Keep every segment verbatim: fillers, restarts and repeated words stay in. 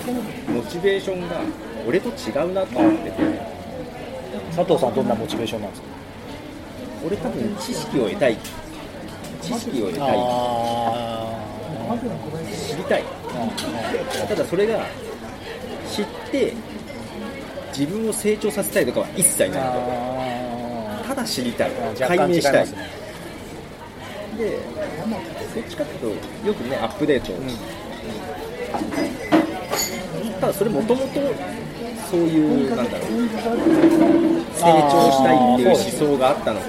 モチベーションが俺と違うなと思ってて、 佐藤さんどんなモチベーションなんですか？ 俺多分知識を得たい知識を得たい知りたい、ただそれが知って自分を成長させたいとかは一切ない。ただ知りたい、解明したい。で、どっちかというとよくねアップデート、うん、ただそれもともとそういうなんだろう成長したいっていう思想があったのか、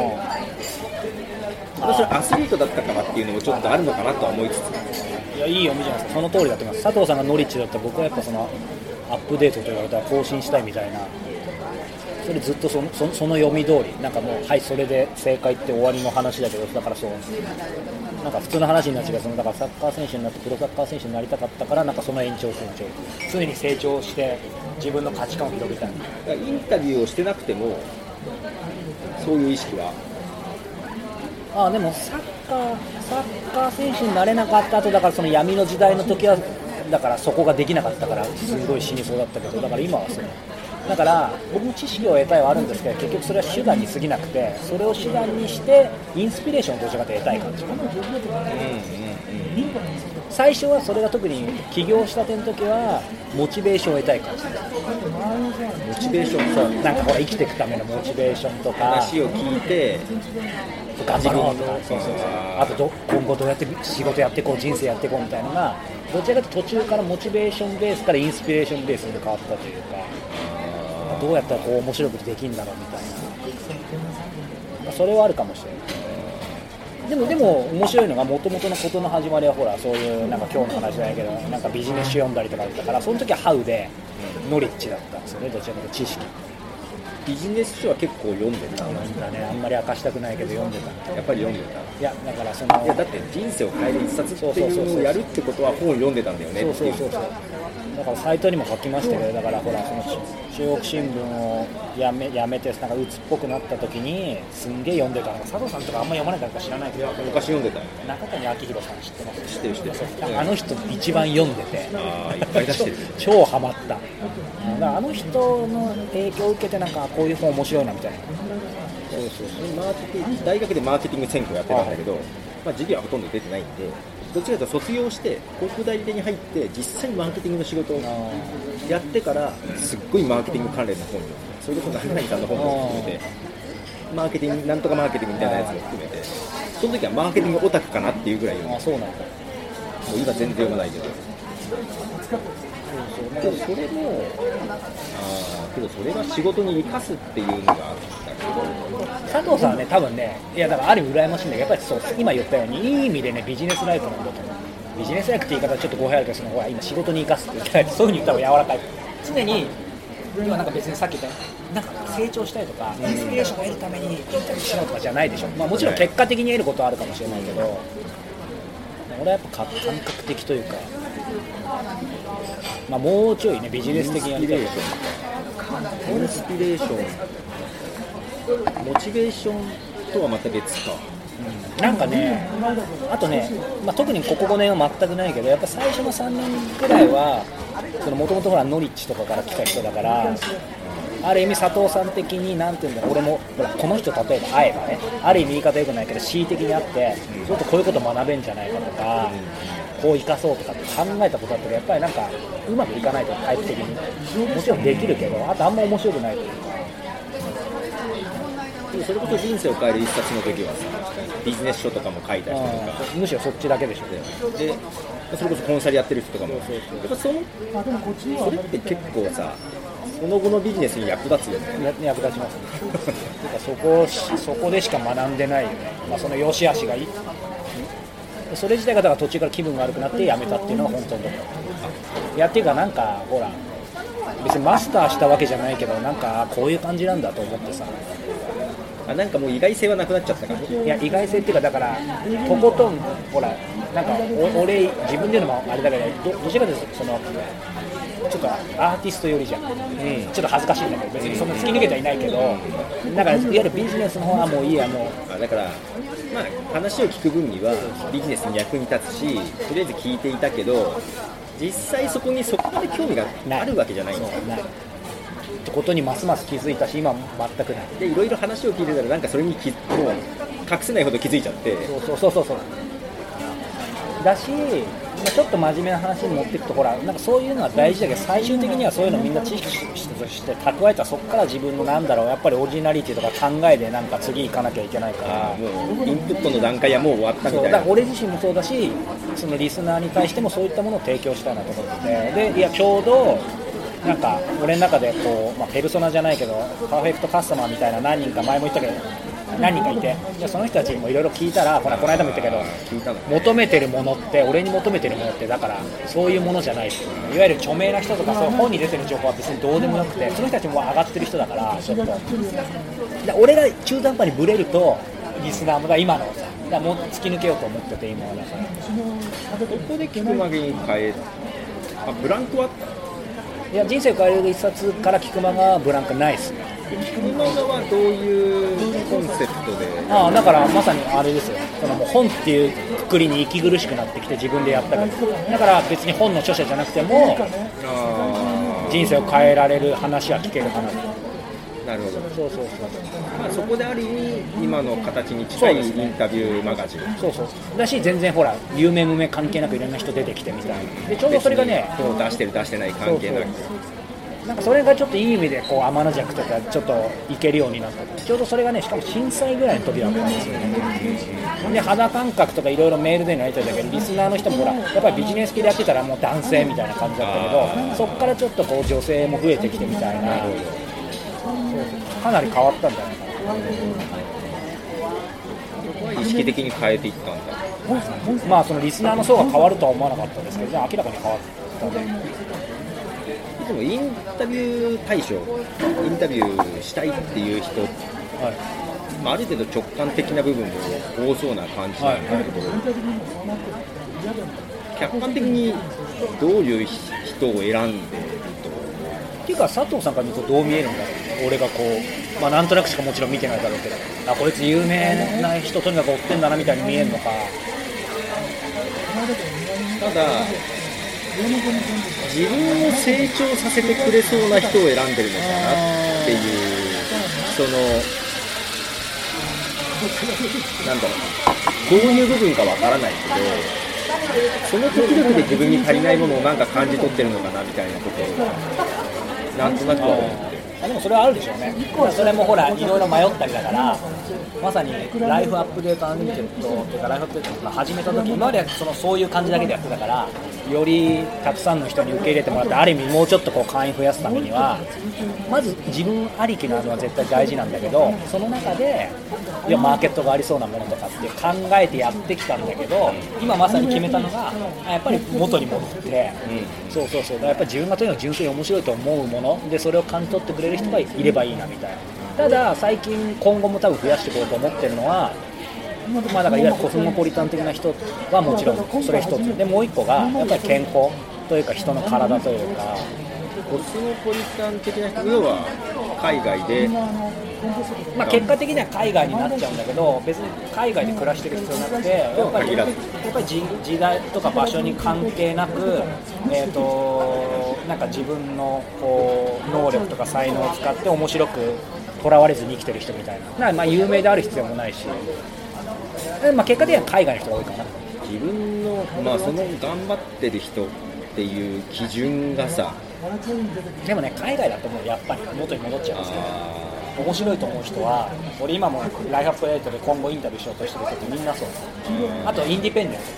それアスリートだったからっていうのもちょっとあるのかなとは思いつつ、 いやいい読みじゃないですか。その通りだと思います。佐藤さんがノリッチだったら僕はやっぱそのアップデートと言われたら更新したいみたいな、それずっとその、その、その読み通りなんかもうはいそれで正解って終わりの話だけど、だからそうなんか普通の話になっちゃうけど、そのだからサッカー選手になってプロサッカー選手になりたかったからなんかその延長線上常に成長して自分の価値観を広げたい。 インタビューをしてなくてもそういう意識はああでもサッカーサッカー選手になれなかった後だからその闇の時代の時はだからそこができなかったからすごい死にそうだったけど、だから今はそうだから僕も知識を得たいはあるんですけど、結局それは手段に過ぎなくて、それを手段にしてインスピレーションをどちらかと得たい感じかな、うんうんうん、最初はそれが特に起業したての時はモチベーションを得たい感じ。 モチベーション、 そうなんかほら生きていくためのモチベーションとか話を聞いて頑張ろうとか、そうそうそう、あとど今後どうやって仕事やっていこう人生やっていこうみたいなのがどちらかというと途中からモチベーションベースからインスピレーションベースに変わったというか、どうやったらこう面白くできるんだろうみたいな、それはあるかもしれない。でもでも面白いのが元々のことの始まりはほらそういうなんか今日の話じゃないけどなんかビジネス書読んだりとかだったから、その時はハウでノリッジだったんですよね、どちらかというと知識。 ビジネス書は結構読んでたんだね、あんまり明かしたくないけど読んでた。 やっぱり読んでた。 いやだからそのいやだって人生を変える一冊っていうのをやるってことは本を読んでたんだよね。 そうそうそうそう。だからサイトにも書きましたけど、だからほらその中国新聞をやめやめてなんか鬱っぽくなった時にすんげえ読んでたのが、佐藤さんとかあんま読まないからか知らないけど、 昔読んでたよ。 中谷明弘さん知ってます？ 知ってる知ってる。 あの人一番読んでて、 ああいっぱい出してる。 超ハマった。だからあの人の影響を受けてなんかこういう本面白いなみたいな。 そうそうそう。マーケティング大学でマーケティング専攻やってたんだけど、まあ授業はほとんど出てないんで。どちらかというと卒業して広告代理店に入って実際にマーケティングの仕事をやってからすっごいマーケティング関連の本に、それこそ中谷さんの本も含めてマーケティングなんとかマーケティングみたいなやつも含めて、その時はマーケティングオタクかなっていうぐらい読んで、 あ、そうなんだ。 もう今全然読まないけど、けどそれもあけどそれが仕事に生かすっていうのがあったけど、 佐藤さんはね多分ね、いやだからある意味羨ましいんだけど、やっぱりそう今言ったようにいい意味でねビジネスライクなんだと思う。ビジネスライクって言い方はちょっと語弊あるけど、そのほら今仕事に生かすって言ったらそういう風に言った方が柔らかい。常に今なんか別にさっき言ったようになんか成長したいとかインスピレーションを得るためにインタビューしようとかじゃないでしょ。まあもちろん結果的に得ることはあるかもしれないけど、俺はやっぱ感覚的というか、まあもうちょいねビジネス的にやりたい。 インスピレーション、モチベーションとはまた別か。 うん、なんかね、あとね、まあ、特にここごねんは全くないけど、やっぱ最初のさんねんくらいはもともとほらノリッチとかから来た人だから、ある意味佐藤さん的になんていうんだろう、俺もほらこの人例えば会えばね、ある意味言い方良くないけど恣意的にあってちょっとこういうこと学べんじゃないかとか、こう生かそうとかって考えたことだったらやっぱりなんかうまくいかないとタイプ的にもちろんできるけど、あとあんま面白くないというか。 それこそ人生を変える一冊の時はさ、ビジネス書とかも書いた人とか、 むしろそっちだけでしょ。 で、それこそコンサルやってる人とかも、やっぱそのそれって結構さ、その後のビジネスに役立つよね。 役立ちますね。そこそこでしか学んでないよね。まあその良し悪しがいい。それ自体がだから途中から気分が悪くなってやめたっていうのが本当のところ。やっていうかなんかほら別にマスターしたわけじゃないけど、なんかこういう感じなんだと思ってさ。 あ、なんかもう意外性はなくなっちゃったから。 いや意外性っていうかだからとことんほらなんか俺自分で言うのもあれだけど ど, どちらかというとそのちょっとアーティスト寄りじゃん、うん、ちょっと恥ずかしいんだけど別にそんな突き抜けてはいないけど、うん、だからいわゆるビジネスの方はもういいやもうあだからまあ話を聞く分にはビジネスに役に立つし、とりあえず聞いていたけど実際そこにそこまで興味があるわけじゃないんですよ。 ないってことにますます気づいたし、今も全くない。 でいろいろ話を聞いてたらなんかそれにきもう隠せないほど気づいちゃって、 そうそうそうそうだし、ちょっと真面目な話に持っていくと、ほらなんかそういうのは大事だけど、最終的にはそういうのみんな知識として蓄えたら、そこから自分のなんだろう、やっぱりオリジナリティとか考えでなんか次行かなきゃいけないから、 もうインプットの段階はもう終わったみたいな。 そうだから俺自身もそうだし、そのリスナーに対してもそういったものを提供したいなと思ってて、でいやちょうどなんか俺の中でこう、まあ、ペルソナじゃないけどパーフェクトカスタマーみたいな何人か前も言ったけど何人かいて、じゃあその人たちにもいろいろ聞いたら、ほらこの間も言ったけど、求めてるものって俺に求めてるものってだからそういうものじゃないですよ、いわゆる著名な人とかそういう本に出てる情報は別にどうでもよくて、その人たちも上がってる人だからちょっとで俺が中途半端にブレるとリスナーもが今のさだもう突き抜けようと思ってて今はだからここで聞くまげに変えあブランクはいや人生を変える一冊から聞くまがブランクないっすね。 聞くまがはどういうコンセプトでああだからまさにあれですよ、そのもう本っていうくくりに息苦しくなってきて自分でやったからだから別に本の著者じゃなくても人生を変えられる話は聞けるかなと。 なるほど。 そうそうそう、 まあ、そこである意味今の形に近いインタビューマガジンそうそうだし、全然ほら有名無名関係なくいろんな人出てきてみたいなでちょうどそれがね本を出してる出してない関係なくそうそうなんかそれがちょっといい意味でこう天の弱とかちょっといけるようになったちょうどそれがねしかも震災ぐらいの時だったんですよね。で肌感覚とかいろいろメールでのやり取りだけどリスナーの人もほらやっぱりビジネス系でやってたらもう男性みたいな感じだったけどそこからちょっとこう女性も増えてきてみたいなかなり変わったんじゃないかな。 意識的に変えていったんだ。 まあそのリスナーの層が変わるとは思わなかったですけど、明らかに変わったんで。 でもインタビュー対象、インタビューしたいっていう人、はいまあ、ある程度直感的な部分も多そうな感じなんだけど、はいはい、客観的にどういう人を選んでるとっていうか佐藤さんから見るとどう見えるんだろう。俺がこう、まあ、なんとなくしかもちろん見てないだろうけど、あこいつ有名な人とにかく追ってんだなみたいに見えるのか。 ただ自分を成長させてくれそうな人を選んでるのかなっていうそのなんだろうどういう部分かわからないけどその時々で自分に足りないものをなんか感じ取ってるのかなみたいなことをなんとなくは思ってあでもそれはあるでしょうね。それもほらいろいろ迷ったりだからまさにライフアップデートアンリミテッドっていうかライフアップデートを始めた時今まではそのそういう感じだけでやってたからよりたくさんの人に受け入れてもらってある意味もうちょっとこう会員増やすためにはまず自分ありきなのは絶対大事なんだけどその中でいやマーケットがありそうなものとかって考えてやってきたんだけど今まさに決めたのがやっぱり元に戻って、うん、そうそうそうだからやっぱり自分がとにかく純粋に面白いと思うものでそれを感じ取ってくれる人がいればいいなみたいな。ただ最近今後も多分増やしていこうと思ってるのはまあだからいわゆるコスモポリタン的な人はもちろんそれ一つでもう一個がやっぱり健康というか人の体というかコスモポリタン的な人要は海外でまあ結果的には海外になっちゃうんだけど別に海外で暮らしてる必要なくてやっぱりやっぱり時代とか場所に関係なくえっとなんか自分のこう能力とか才能を使って面白くとらわれずに生きてる人みたいなまあ有名である必要もないしまあ結果的には海外の人が多いかな。 自分のまあその頑張ってる人っていう基準がさでもね海外だともうやっぱり元に戻っちゃうんですけど面白いと思う人は俺今もライフアップデートで今後インタビューしようとしてる人ってみんなそうあとインディペンデント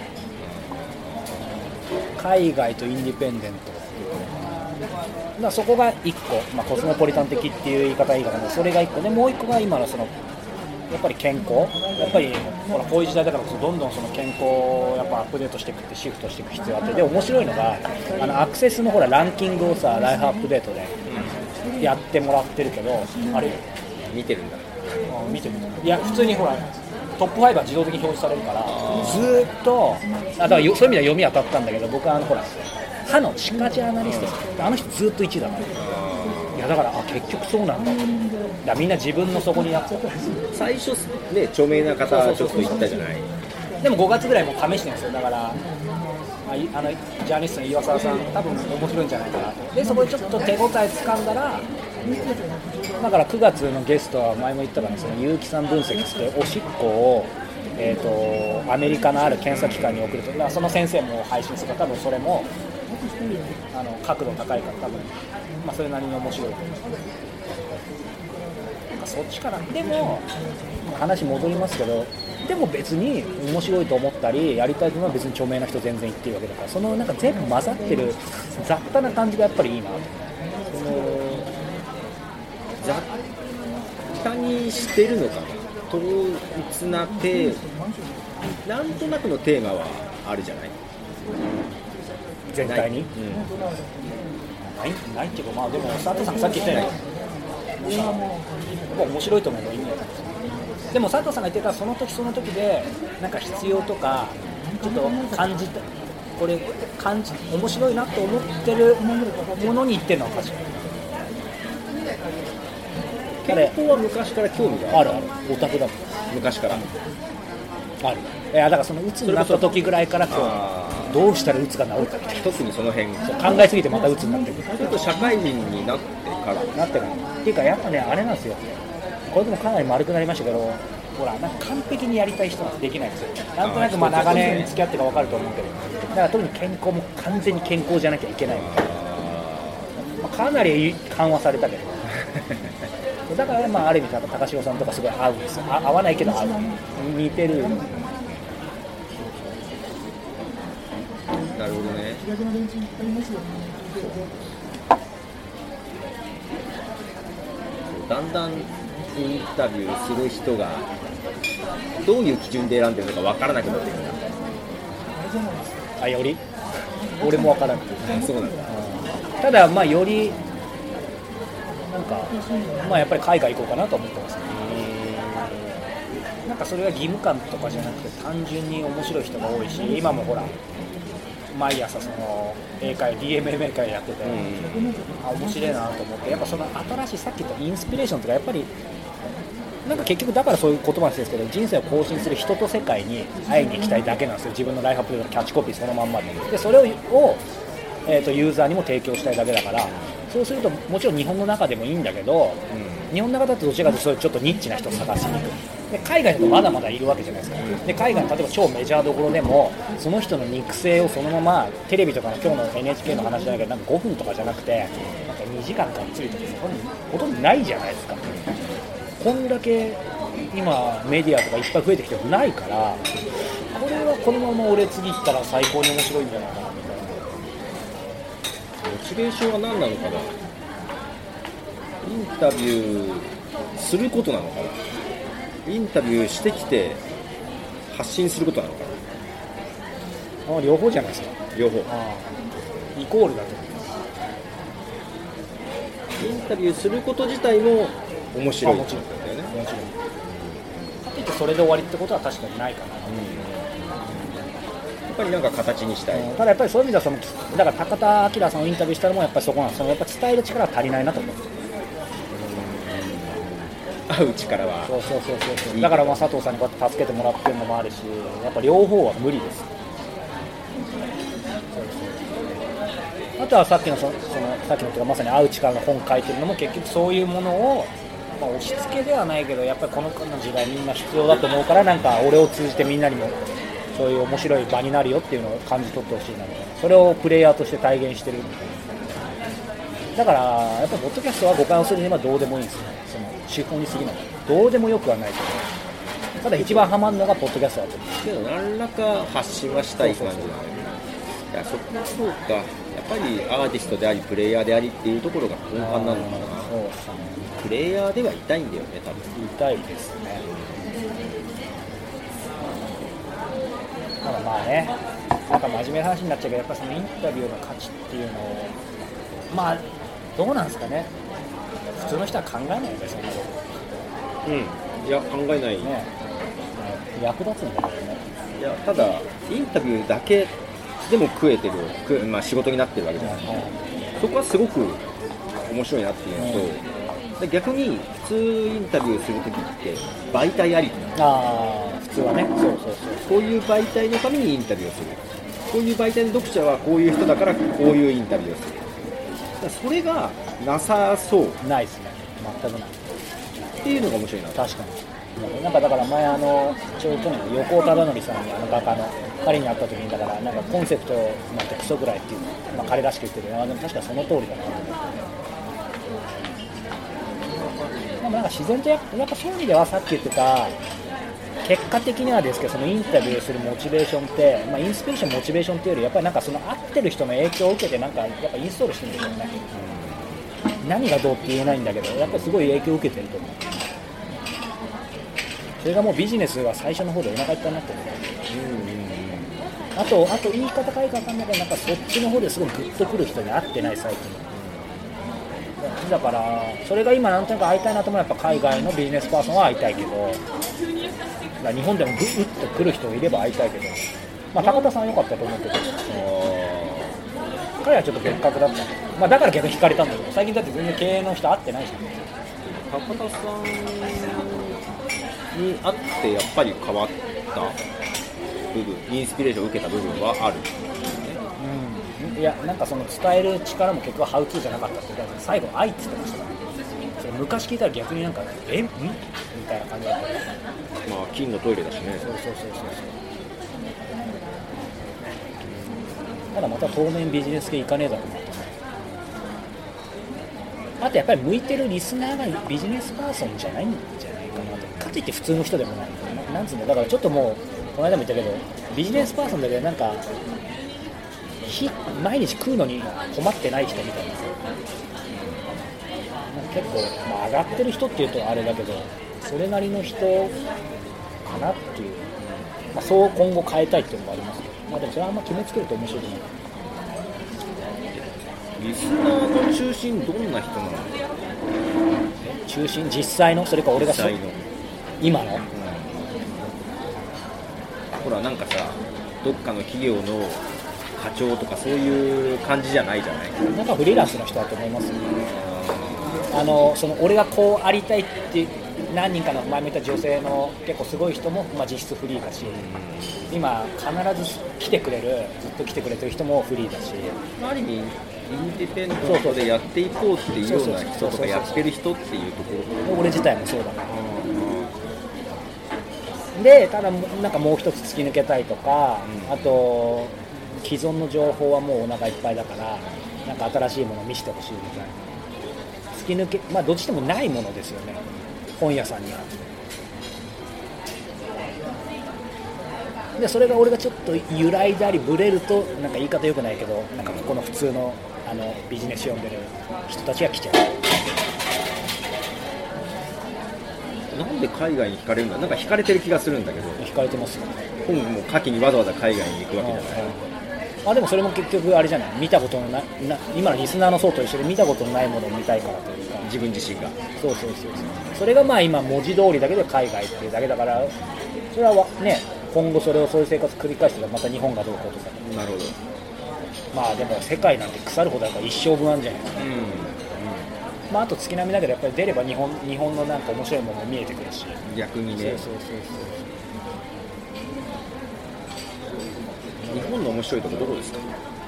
海外とインディペンデントだからそこがいっこ、まあ、コスモポリタン的っていう言い方はいいかなそれがいっこでもういっこが今のそのやっぱり健康やっぱりほらこういう時代だからこそどんどんその健康をやっぱアップデートしていくってシフトしていく必要があってで面白いのがあのアクセスのほらランキングをさライフアップデートでやってもらってるけどあれ見てるんだあ見てるいや普通にほらトップファイブは自動的に表示されるからずーっとあだからそういう意味では読み当たったんだけど僕はあのほら歯の歯科ジャーナリストさんあの人ずっといちいだからいやだからあ結局そうなんだだみんな自分の底にやって最初ね著名な方ちょっと言ったじゃないでもごがつぐらいもう試してるんですよだからあのジャーナリストの岩沢さん多分面白いんじゃないかなと。でそこでちょっと手応え掴んだら、だからくがつのゲストは前も言ったかな、その結城さん分析しておしっこを、えー、とアメリカのある検査機関に送ると、だからその先生も配信するから多分それもあの角度高いから多分、まあ、それなりに面白いと思う。なんかそっちからでも話戻りますけど、でも別に面白いと思ったりやりたいというのは別に著名な人全然言ってるわけだから、そのなんか全部混ざってる雑多な感じがやっぱりいいなと。 その雑多にしてるのかな、統一なテーマ、なんとなくのテーマはあるじゃない、 全体に、 ない、 ない、ないっていうか、まあでも佐藤さんさっき言ったように、面白いと思えばいいんだよ。でも佐藤さんが言ってたその時その時でなんか必要とかちょっと感じた、これ感じ面白いなと思ってるものに言ってるのはおかしい。 健康は昔から興味があるある、オタクだもん昔からある。いやだからその鬱になった時ぐらいからこうどうしたら鬱が治るかみたいな、 特にその辺考えすぎてまた鬱になってくる。 ちょっと社会人になってからなってるっていうかやっぱねあれなんですよ。これでもかなり丸くなりましたけど、ほらなんか完璧にやりたい人なんてできないんですよ。なんとなくまあ長年付き合ってるか分かると思うけど、だから特に健康も完全に健康じゃなきゃいけないみたいな、まあ、かなり緩和されたけどだからまあある意味高城さんとかすごい合うんですよ。あ合わないけど合う、似てる。 なるほどね。だんだんインタビューする人がどういう基準で選んでるのか分からなくなってきた。あ、より俺も分からない。 そうなんだ。 ただまあよりなんかまあやっぱり海外行こうかなと思ってますね。なんかそれが義務感とかじゃなくて単純に面白い人が多いし、今もほら毎朝その英会 ディーエムエムエー 会やってて、うん、あ面白いなと思って、やっぱその新しいさっき言ったインスピレーションとかやっぱりなんか結局だからそういう言葉にしてるんですけど、人生を更新する人と世界に会いに行きたいだけなんですよ。自分のライフアップのキャッチコピーそのまんまで、でそれを、えー、とユーザーにも提供したいだけだから、そうするともちろん日本の中でもいいんだけど、うん、日本の中だとどちらかというとちょっとニッチな人を探しに行く。で海外だとまだまだいるわけじゃないですか。で海外の例えば超メジャーどころでもその人の肉声をそのままテレビとかの今日の エヌエイチケー の話じゃないけどなんかごふんとかじゃなくてなんかにじかんかんつりとかほとんどないじゃないですか。こんだけ今メディアとかいっぱい増えてきてもないから、これはこのまま俺次行ったら最高に面白いんじゃないかなみたいな。 モチベーションは何なのかな。インタビューすることなのかな。インタビューしてきて発信することなのかな。 あ両方じゃないですか。 両方。 あイコールだと思います。 インタビューすること自体も面白い。 もちろんだよね。もちろん。かといってそれで終わりってことは確かにないかな。うん、 やっぱりなんか形にしたい。 ただやっぱりそういう意味ではそのだから高田明さんをインタビューしたのもやっぱりそこなんです。そのやっぱ伝える力は足りないなと思うんですよ。 会う力はそうそうそうそう。だからまあ佐藤さんにこうやって助けてもらってるのもあるし、やっぱ両方は無理です。あとはさっきのそのそのさっきのとかまさに会う力の本書いてるのも結局そういうものを、まあ、押し付けではないけどやっぱりこの時代みんな必要だと思うから、なんか俺を通じてみんなにもそういう面白い場になるよっていうのを感じ取ってほしいなみたいな、それをプレイヤーとして体現してるみたいな。だからやっぱりポッドキャストは誤解をするにはどうでもいいんですよね。その手法に過ぎない、どうでもよくはないけど、ただ一番ハマるのがポッドキャストだと思うけど何らか発信はしたい感じなの。いやそこはそうか、やっぱりアーティストでありプレイヤーでありっていうところが根幹なのかな。 そうですね。 プレイヤーではいたいんだよね多分。 いたいですね。ただまあね、なんか真面目な話になっちゃうけど、やっぱそのインタビューの価値っていうのをまあどうなんですかね。普通の人は考えないですよね。 うん。いや考えない。 ね、役立つんだけどね。 いやただインタビューだけでも食えてる、まあ、仕事になってるわけじゃないですか、うん、そこはすごく面白いなっていうのと、うん、で逆に普通インタビューするときって媒体ありきなんです。 ああ普通はね。そうそうそう。 こういう媒体のためにインタビューをする。 こういう媒体の読者はこういう人だからこういうインタビューをする。だからそれがなさそうないですね、全くないっていうのが面白いな。 確かに。なんかだから前あのちょうど去年の横尾忠則さんにあの画家の彼に会った時にだからなんかコンセプトなんてクソぐらいっていう、まあ、彼らしく言ってる、あでも確かその通りだなと思って。でもなんか自然とやっぱそういう意味ではさっき言ってた結果的にはですけどそのインタビューするモチベーションって、まあ、インスピレーションモチベーションっていうよりやっぱりなんかその合ってる人の影響を受けてなんかやっぱインストールしてるんでしょうね。何がどうって言えないんだけどやっぱりすごい影響を受けてると思う。それがもうビジネスは最初の方でお腹いっぱいになってる、うんうん、あとあと言い方変えか分かんないけどなんかそっちの方ですごいグッとくる人に会ってない最近だからそれが今なんとなく会いたいなと思うのはやっぱ海外のビジネスパーソンは会いたいけどだ日本でもグッとくる人いれば会いたいけど、まあ、高田さんは良かったと思うけど彼はちょっと別格だった、まあ、だから逆に惹かれたんだけど最近だって全然経営の人会ってないし、ね、 高田さんに会ってやっぱり変わった部分インスピレーションを受けた部分はある、 うん、いやなんかその伝える力も結局はハウツーじゃなかったっていうか最後愛って言ってましたからそれ昔聞いたら逆になんかえんみたいな感じだったまあ金のトイレだしねそうそうそうそうただまた当面ビジネス系いかねえだと思ってねあとやっぱり向いてるリスナーがビジネスパーソンじゃないんじゃないかなとかといって普通の人でもないななんつうのだからちょっともうこの間も言ったけどビジネスパーソンだけどなんか日毎日食うのに困ってない人みたいな結構、まあ、上がってる人っていうとあれだけどそれなりの人かなっていう、まあ、そう今後変えたいっていうのもありますけど、まあ、でもそれはあんま決めつけると面白くないリスナーの中心どんな人なの中心実際のそれか俺がそ今の、うん、 ほらなんかさどっかの企業の課長とかそういう感じじゃないじゃないなんかフリーランスの人だと思いますよ、ね、あのその俺がこうありたいって何人かの前も言った女性の結構すごい人も、まあ、実質フリーだし、うん、今必ず来てくれるずっと来てくれてる人もフリーだしある意味インディペンデントでやっていこうっていうような人とかやってる人っていうところ俺自体もそうだな、うん、でただなんかもう一つ突き抜けたいとか、うん、あと既存の情報はもうお腹いっぱいだからなんか新しいものを見せてほしいみたいな突き抜けまあどっちでもないものですよね本屋さんにはでそれが俺がちょっと揺らいだりブレるとなんか言い方良くないけどなんかここの普通のあのビジネス読んでる人たちが来ちゃうなんで海外に惹かれるんだなんか惹かれてる気がするんだけど惹かれてますよ本も夏季にわざわざ海外に行くわけじゃないあでもそれも結局あれじゃない見たことのないな今のリスナーの層と一緒で見たことのないものを見たいからというか自分自身がそうそうそうそうそれがまあ今文字通りだけで海外っていうだけだからそれはね今後それをそういう生活繰り返してたらまた日本がどうこうとかなるほどまあでも世界なんて腐るほどだから一生分あるんじゃないかな、うんうんまあ、あと月並みだけどやっぱり出れば日本日本のなんか面白いものも見えてくるし逆にねそうそうそうそう日本の面白いところどこですか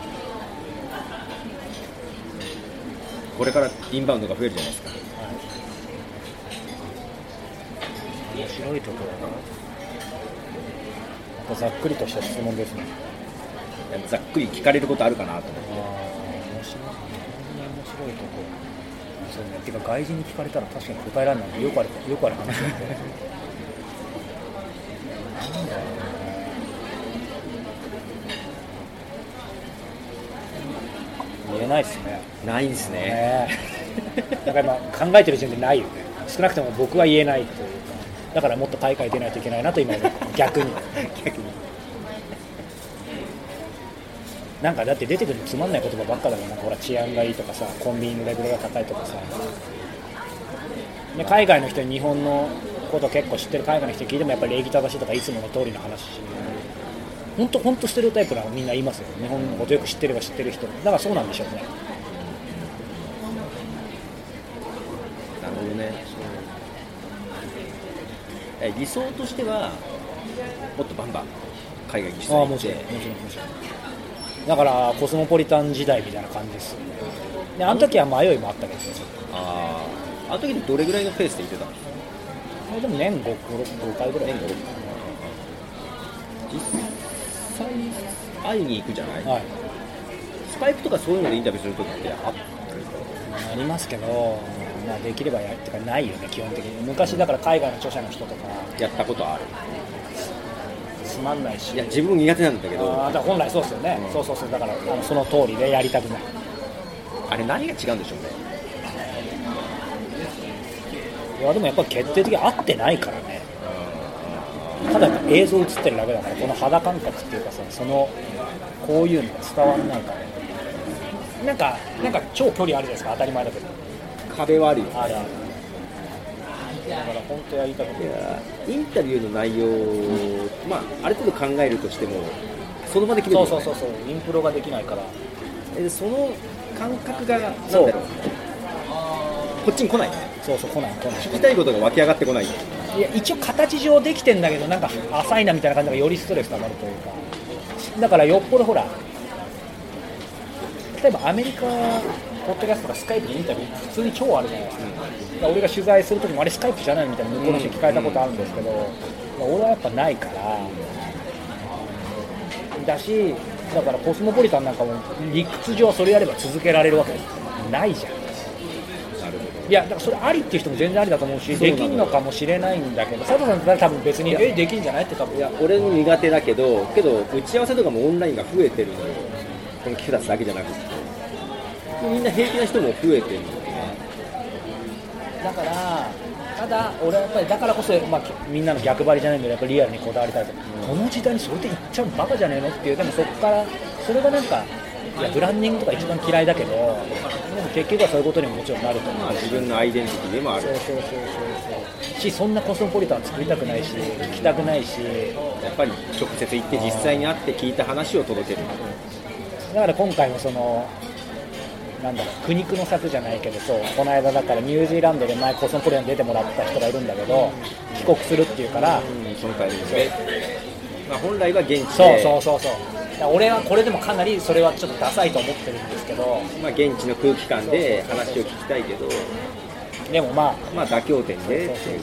これからインバウンドが増えるじゃないですか、はい、 面白いところはざっくりとした質問ですねざっくり聞かれることあるかなと思ってあ面白い面白いとこそうねてか外人に聞かれたら確かに答えられないのでよくあるよくある話なんでなんだろう言えないですねないんですねだから今考えてる時点でないよね少なくとも僕は言えないというかだからもっと海外出ないといけないなと今逆に逆になんかだって出てくるつまんない言葉ばっかだもんなんかほら治安がいいとかさコンビニのレベルが高いとかさで海外の人に日本のこと結構知ってる海外の人に聞いてもやっぱり礼儀正しいとかいつもの通りの話し本当本当ステレオタイプなのみんな言いますよ日本のことよく知ってれば知ってる人だからそうなんでしょうねなるほどねえ理想としてはもっとバンバン海外にしたいってだからコスモポリタン時代みたいな感じですよね。であの時は迷いもあったけど、 ああ、あの時でどれぐらいのペースで行ってたんですか？ でも年 ご, ごかいぐらい。 年ご、ろっかい。実際会いに行くじゃない、 はい、 スカイプとかそういうのでインタビューするときってあったありますけど、まあ、できればやるってかないよね基本的に。昔だから海外の著者の人とかやったことある？ つまんないし、 いや自分苦手なんだけど。 あだから本来そうですよね、うん、そうそうそう、だからあのその通りでやりたくない。 あれ何が違うんでしょうね。 いやでもやっぱり決定的に合ってないからね。ただ映像映ってるだけだから、この肌感覚っていうかさ、そのこういうのが伝わらないから、なんかなんか超距離あるじゃないですか、当たり前だけど。 壁はあるよ。 あるある。だから本当やりたくて、 いやインタビューの内容を、まあ、ある程度考えるとしてもその場で決めるよね。 そうそうそうそう、インプロができないから。 えその感覚がなんだろそうう、こっちに来ない。 そうそう来ない来ない。 聞きたいことが湧き上がってこない。 いや一応形上できてんだけど、なんか浅いなみたいな感じがよりストレス溜まるというか。だからよっぽどほら、例えばアメリカポッドキャストとかスカイプでインタビュー普通に超あるじゃないですか。だから俺が取材するときもあれスカイプじゃないみたいな向こうの人聞かれたことあるんですけど、俺はやっぱないからだし、だからコスモポリタンなんかも理屈上はそれやれば続けられるわけです。ないじゃん。いやだからそれありっていう人も全然ありだと思うし、できんのかもしれないんだけど、佐藤さんって多分別にえできんじゃないって多分。 いや俺の苦手だけど、けど打ち合わせとかもオンラインが増えてるのよ。このキュラスだけじゃなくてみんな平気な人も増えてるので、 だからただ俺はやっぱりだからこそ、まあ、みんなの逆張りじゃないんだけど、やっぱりリアルにこだわりたいと、うん、この時代にそれで言っちゃうバカじゃねえのっていう。でもそこからそれがなんか、いやブランディングとか一番嫌いだけど、でも結局はそういうことにももちろんなると思う、 まあ、自分のアイデンティティでもある。 そうそうそうそうそうし、そんなコスモポリタン作りたくないし聞きたくないし、 やっぱり直接行って実際に会って聞いた話を届ける。 だから今回もそのなんだろう、苦肉の策じゃないけど、そうこの間だからニュージーランドで前コスモポリタンに出てもらった人がいるんだけど、帰国するっていうから、うん、 そのタイミングで、まあ、本来は現地で、 そうそうそうそう、俺はこれでもかなりそれはちょっとダサいと思ってるんですけど、 まあ、現地の空気感で話を聞きたいけど、 でもまあ、 まあ、妥協点で、 そうそうそうそう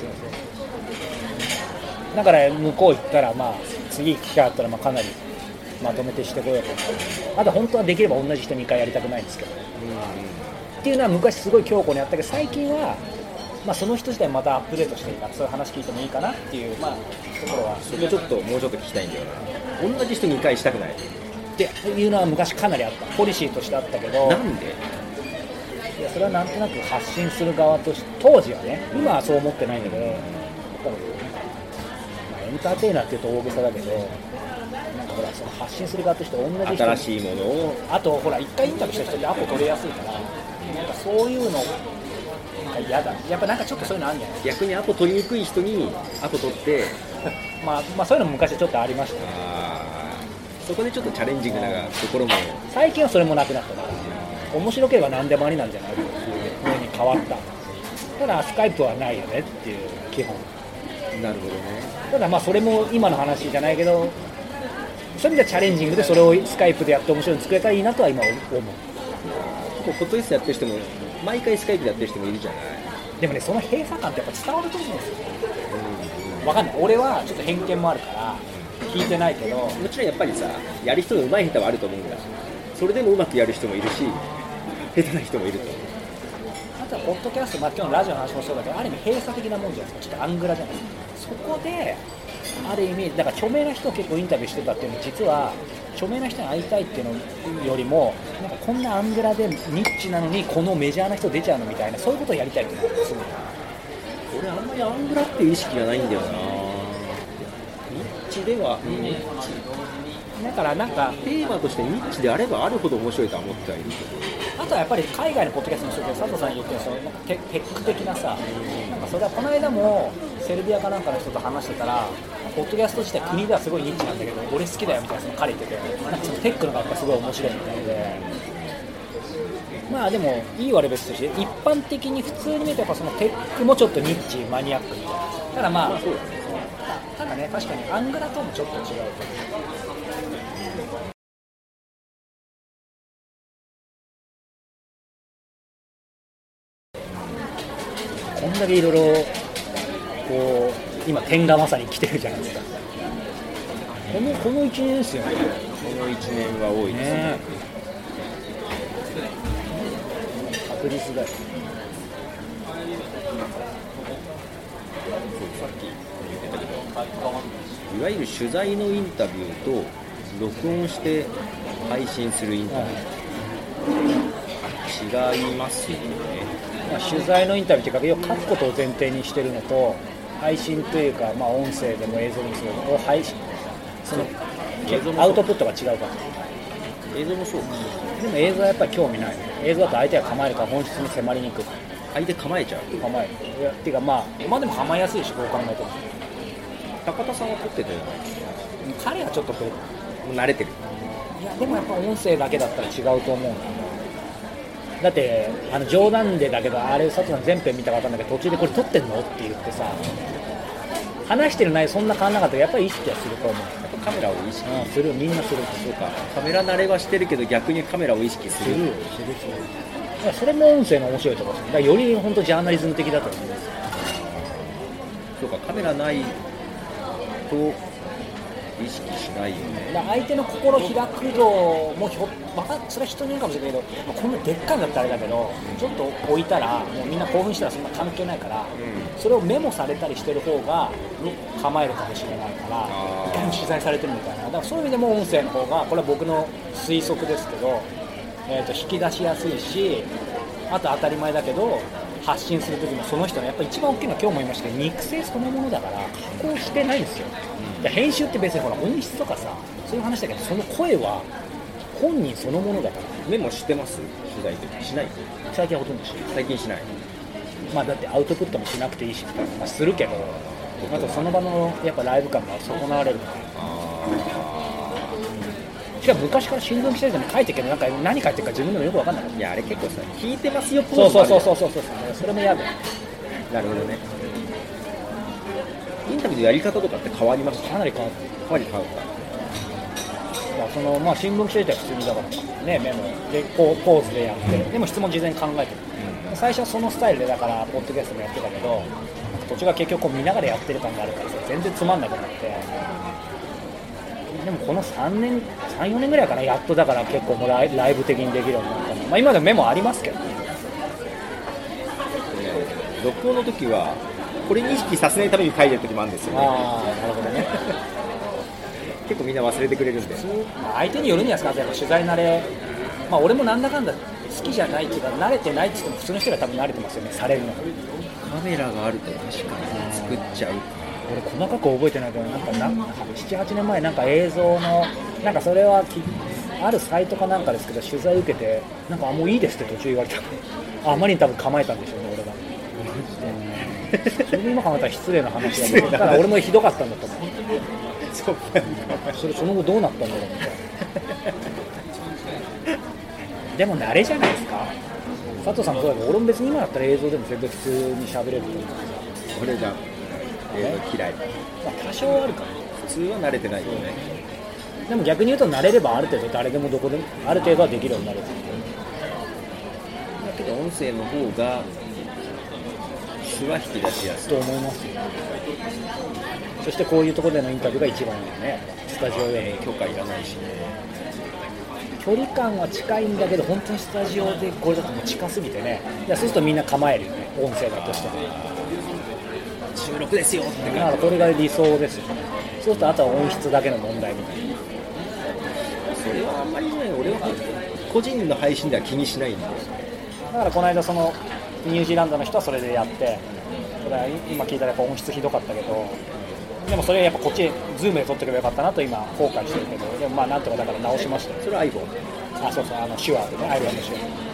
、だから向こう行ったら、まあ、次行く機会あったらまあかなりまとめてしてこようと思って、あと本当はできれば同じ人にかいやりたくないんですけど、うん、っていうのは昔すごい強固にやったけど、最近は、まあ、その人自体またアップデートしていいから、そういう話聞いてもいいかなっていう、まあ、ところは、 それちょっともうちょっと聞きたいんだよな。同じ人にかいしたくないっていうのは昔かなりあった、ポリシーとしてあったけど、 なんで？ いやそれはなんとなく発信する側として、当時はね、今はそう思ってないんだけど、やっぱり、まあ、エンターテイナーっていうと大げさだけど、なんかほら、その発信する側として同じ人に、 新しいものを、 あとほら、一回インタビューした人ってアポ取れやすいから、なんかそういうの嫌だ、やっぱなんかちょっとそういうのあるんじゃないですか。 逆にアポ取りにくい人にアポ取ってまあ、まあそういうのも昔ちょっとありました、ね、 あそこでちょっとチャレンジングなところも、 最近はそれもなくなったから、面白ければ何でもありなんじゃないっていう風に変わった。ただスカイプはないよねっていう基本。 なるほどね。 ただまあそれも今の話じゃないけど、そういう意味ではチャレンジングでそれをスカイプでやって面白いの作れたらいいなとは今思う。 ポッドキャストやってる人も毎回スカイプでやってる人もいるじゃない。 でもね、その閉鎖感ってやっぱ伝わると思うんですよ。分かんない、俺はちょっと偏見もあるから聞いてないけど、 もちろんやっぱりさ、やる人の上手い人はあると思うんだ。それでもうまくやる人もいるし、下手な人もいると思う。 あとはポッドキャスト、まあ、今日のラジオの話もそうだけど、ある意味閉鎖的なもんじゃないですか。ちょっとアングラじゃないですか。そこである意味だから著名な人を結構インタビューしてたっていうのは、実は著名な人に会いたいっていうのよりも、なんかこんなアングラでニッチなのにこのメジャーな人出ちゃうのみたいな、そういうことをやりたいっていうのがすごい。 俺あんまりアングラっていう意識がないんだよな。ニッチでは、うん、ニッチだからなんかテーマとしてニッチであればあるほど面白いとは思ってはいるけど、 あとはやっぱり海外のポッドキャストの人で佐藤さん言ってるそのなんかテテック的なさ、なんかそれはこの間もセルビアかなんかの人と話してたら、ポッドキャスト自体国ではすごいニッチなんだけど俺好きだよみたいな、その彼言ってて、なんかそのテックのがやっぱすごい面白いみたいで、まあでもいい悪い別として一般的に普通に見るとやっぱそのテックもちょっとニッチマニアックみたいな。ただまあ、まあそうだね、ただね確かにアングラともちょっと違う。 だけいろいろこう今点がまさに来てるじゃないですか。このこのいちねんですよね。 このいちねんは多いですね。 ね確実だよ。 そうさっき言ってたけど、いわゆる取材のインタビューと録音して配信するインタビュー、違いますよね。 まあ、取材のインタビューというか、要は書くことを前提にしてるのと、配信というか、まあ、音声でも映像でもそうを配信そのアウトプットが違うから。 映像もそうか。 でも映像はやっぱり興味ない。映像だと相手が構えるから本質に迫りにくい。 相手構えちゃう。 構える。いやっていうかまあ、まあでも構えやすいし、こう考えても。 高田さんは撮ってたじゃないですか。 彼はちょっとこもう慣れてる。 う、いやでもやっぱ音声だけだったら違うと思うんだ。だってあの冗談でだけど、あれ佐藤さん全編見たかったんだけど、途中でこれ撮ってんのって言ってさ、話してる内容そんな変わんなかったけど、やっぱり意識はすると思う。 やっぱカメラを意識、 うん、する、みんなする。 そうか、カメラ慣れはしてるけど逆にカメラを意識する。 する、する、する。だからそれも音声の面白いところですね。だからより本当ジャーナリズム的だと思うんですよ。 そうか、カメラないと意識しないよね。 だから相手の心開く度もひょ、またそれは人によるかもしれないけど、まあ、こんなでっかいんだったらあれだけど、ちょっと置いたらもうみんな興奮したらそんな関係ないから、うん、それをメモされたりしてる方が構えるかもしれないから、いかに取材されてるみたいな。だからそういう意味でも音声の方が、これは僕の推測ですけど、えー、と引き出しやすいし、あと当たり前だけど発信するときもその人のやっぱり一番大きいのは今日も言いましたけど、肉声そのものだから加工してないんですよ。うん、編集って別にほら音質とかさそういう話だけど、その声は本人そのものだから。 メモしてます？取材でしない？ 最近はほとんどしない。 最近しない。 まあだってアウトプットもしなくていいし、まあ、するけど、あとその場のやっぱライブ感が損なわれるから。しかも昔から新聞記者でも書いてるけど、なんか何書いてるか自分でもよく分かんない。 いやあれ結構さ、聞いてますよポーズもある。そうそうそうそうそうそう、それも嫌だよ。 なるほどね。インタビューのやり方とかって変わりますか？ かなり変わる。 かなり変わるか。 そのまあ、新聞記者自体は普通にだからね、メモでこうポーズでやって、でも質問事前に考えてる、うん、最初はそのスタイルでだからポッドキャストもやってたけど、途中が結局こう見ながらやってる感があるから全然つまんなくなって、でもこのさんねん、さん、よねんぐらいかな、やっとだから結構もうライ、ライブ的にできるようになったの、まあ、今でもメモありますけどね。 録音の時はこれに意識させないために書いてる時もあるんですよね。 ああ、なるほどね。 結構みんな忘れてくれるんで、 相手によるんじゃないですか。取材慣れ、まあ、俺もなんだかんだ好きじゃないっていうか慣れてないって言っても普通の人が多分慣れてますよね、されるの。 カメラがあると確かに作っちゃうか。 俺細かく覚えてないけど、なんかななな、はちねんまえなんか映像のなんかそれはきあるサイトかなんかですけど、取材受けてなんかあもういいですって途中言われた。ああまりに多分構えたんでしょうね、俺が。それで今考えたら失礼な話だけど、だから俺もひどかったんだと思う。 そうそれその後どうなったんだろうみたいな。でも慣れじゃないですか。佐藤さんもそうだけど、俺も別に今だったら映像でも全然普通に喋れると思う。 俺じゃ映像嫌い。 まあ多少あるかな。 普通は慣れてないよね。 でも逆に言うと慣れればある程度誰でもどこでもある程度はできるようになる。だけど音声の方が素は引き出しやすいと思いますよ。そしてこういうところでのインタビューが一番いいよね。スタジオで許可いらないしね。 距離感は近いんだけど、本当にスタジオでこれだともう近すぎてね。いやそうするとみんな構えるよね、音声だとしても。 収録ですよって。 だからこれが理想ですよね。そうするとあとは音質だけの問題みたいな。 それはあんまりね、俺は個人の配信では気にしないんで。 だからこの間そのニュージーランドの人はそれでやって、これ今聞いたらやっぱ音質ひどかったけど、でもそれやっぱこっちズームで撮っておけばよかったなと今後悔してるけど、でもまあなんとかだから直しましたよ。 それは iPhone？ あ、そうそう、あの手話でね、iPhone の手話。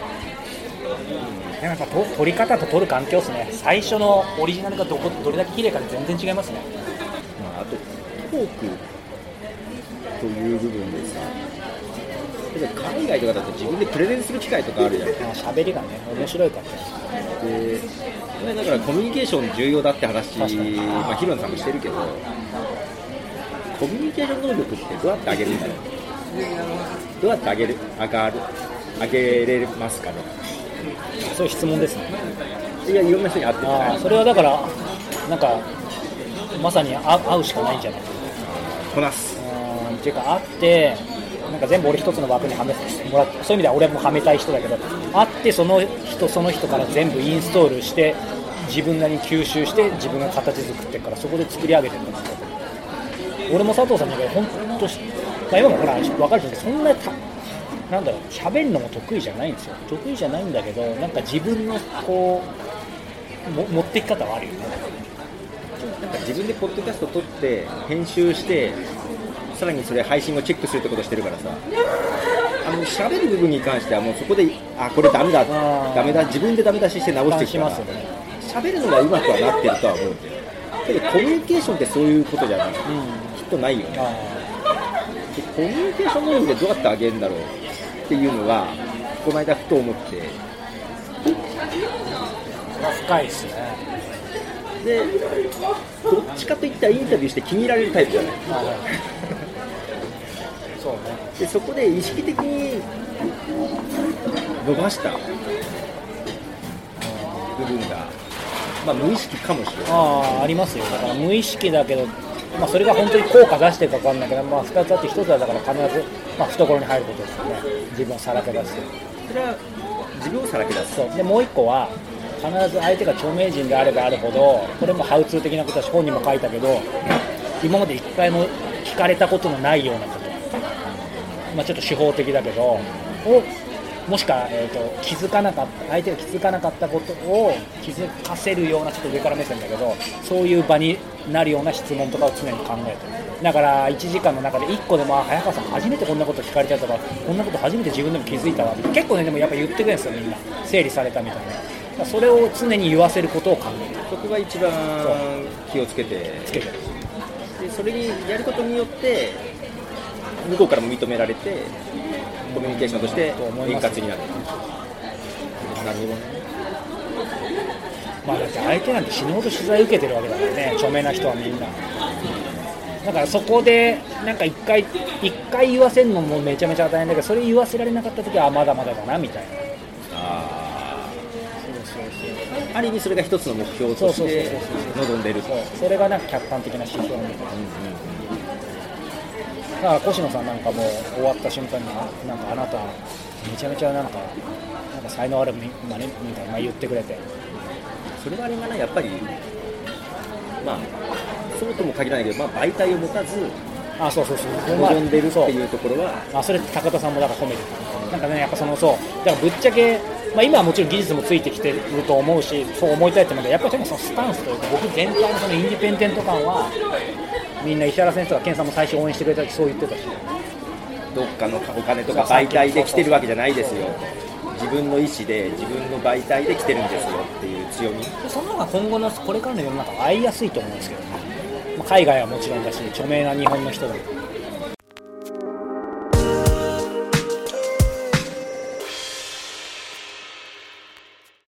でもやっぱと撮り方と撮る環境ですね。最初のオリジナルがどこどれだけ綺麗かで全然違いますね。 まあ、あとトークという部分でさ、海外とかだと自分でプレゼンする機会とかあるじゃないですか。 喋りがね面白いからね。 で、だからコミュニケーション重要だって話、まあ、ヒロンさんもしてるけど、コミュニケーション能力ってどうやって上げるんだろう。どうやって上げる、上がる、上げれますかね。 そういう質問ですね。 いやいろんな人に会ってるじゃない。 あそれはだからなんかまさに会会うしかないんじゃないこなすうんっていうか会ってなんか全部俺一つの枠にはめてもらって、そういう意味では俺もはめたい人だけど、会ってその人その人から全部インストールして自分なりに吸収して自分が形作ってるから、そこで作り上げてるんだけど、俺も佐藤さんに本当、まあ、今もほら分かるけどそんなたなんだろう喋るのも得意じゃないんですよ。得意じゃないんだけど、なんか自分のこうも持っていき方はあるよね。 なんか自分でポッドキャスト撮って編集してさらにそれ配信をチェックするってことしてるからさ、あの喋る部分に関してはもうそこであこれダメだダメだ自分でダメ出しして直していくから、喋るのがうまくはなってるとは思うんだよ。けどコミュニケーションってそういうことじゃない、うん、きっとないよね。でコミュニケーション能力でどうやって上げるんだろうっていうのがこの間ふと思って、 深いですね。 でどっちかといったらインタビューして気に入られるタイプじゃないそうね。 でそこで意識的に伸ばした部分が、まあ、無意識かもしれない。 ああ、ありますよ。だから無意識だけど、まあ、それが本当に効果出してるか分かんないけど、まあ、ふたつあってひとつはだから必ず、まあ、懐に入ることですよね。自分をさらけ出して。 それは自分をさらけ出す。 そうでもう一個は必ず相手が著名人であればあるほど、これもハウツー的なことは本にも書いたけど、今まで一回も聞かれたことのないようなこと、まあ、ちょっと手法的だけどをもしか、えー、と気づかなかった相手が気づかなかったことを気づかせるような、ちょっと上から目線だけど、そういう場になるような質問とかを常に考えてる。だからいちじかんの中でいっこでも早川さん初めてこんなこと聞かれたとか、こんなこと初めて自分でも気づいたわって、結構ねでもやっぱ言ってくれるんですよ、みんな整理されたみたいな。それを常に言わせることを考えてる。 そこが一番気をつけてつけてる。 でそれにやることによって向こうからも認められてコミュニケーションとして円滑になる。なるほどね。 まあだって相手なんて死ぬほど取材受けてるわけだからね、著名な人はみんな。だからそこでなんか一回一回言わせるのもめちゃめちゃ大変だけど、それ言わせられなかった時はまだまだだなみたいな。あそうそうそう。ある意味それが一つの目標として望んでる。 そうそれがなんか客観的な指標みたいな。うんうん、だから越野さんなんかも終わった瞬間になんかあなためちゃめちゃなんかなんか才能あるみたいな言ってくれて、 それはあれがねやっぱりまあそうとも限らないけど、まあ、媒体を持たずあそうそうそう望んでるっていうところは、 あそれ高田さんもだから褒めてた。なんかねやっぱそのそうだからぶっちゃけ、まあ、今はもちろん技術もついてきてると思うしそう思いたいってのでやっぱりでもそのスタンスというか僕全体のそのインディペンデント感はみんな石原先生とか健さんも最初応援してくれたしそう言ってたし、 どっかのお金とか媒体で来てるわけじゃないですよ、自分の意思で自分の媒体で来てるんですよっていう強み、 その方が今後のこれからの世の中は合いやすいと思うんですけどね、まあ、海外はもちろんだし著名な日本の人でも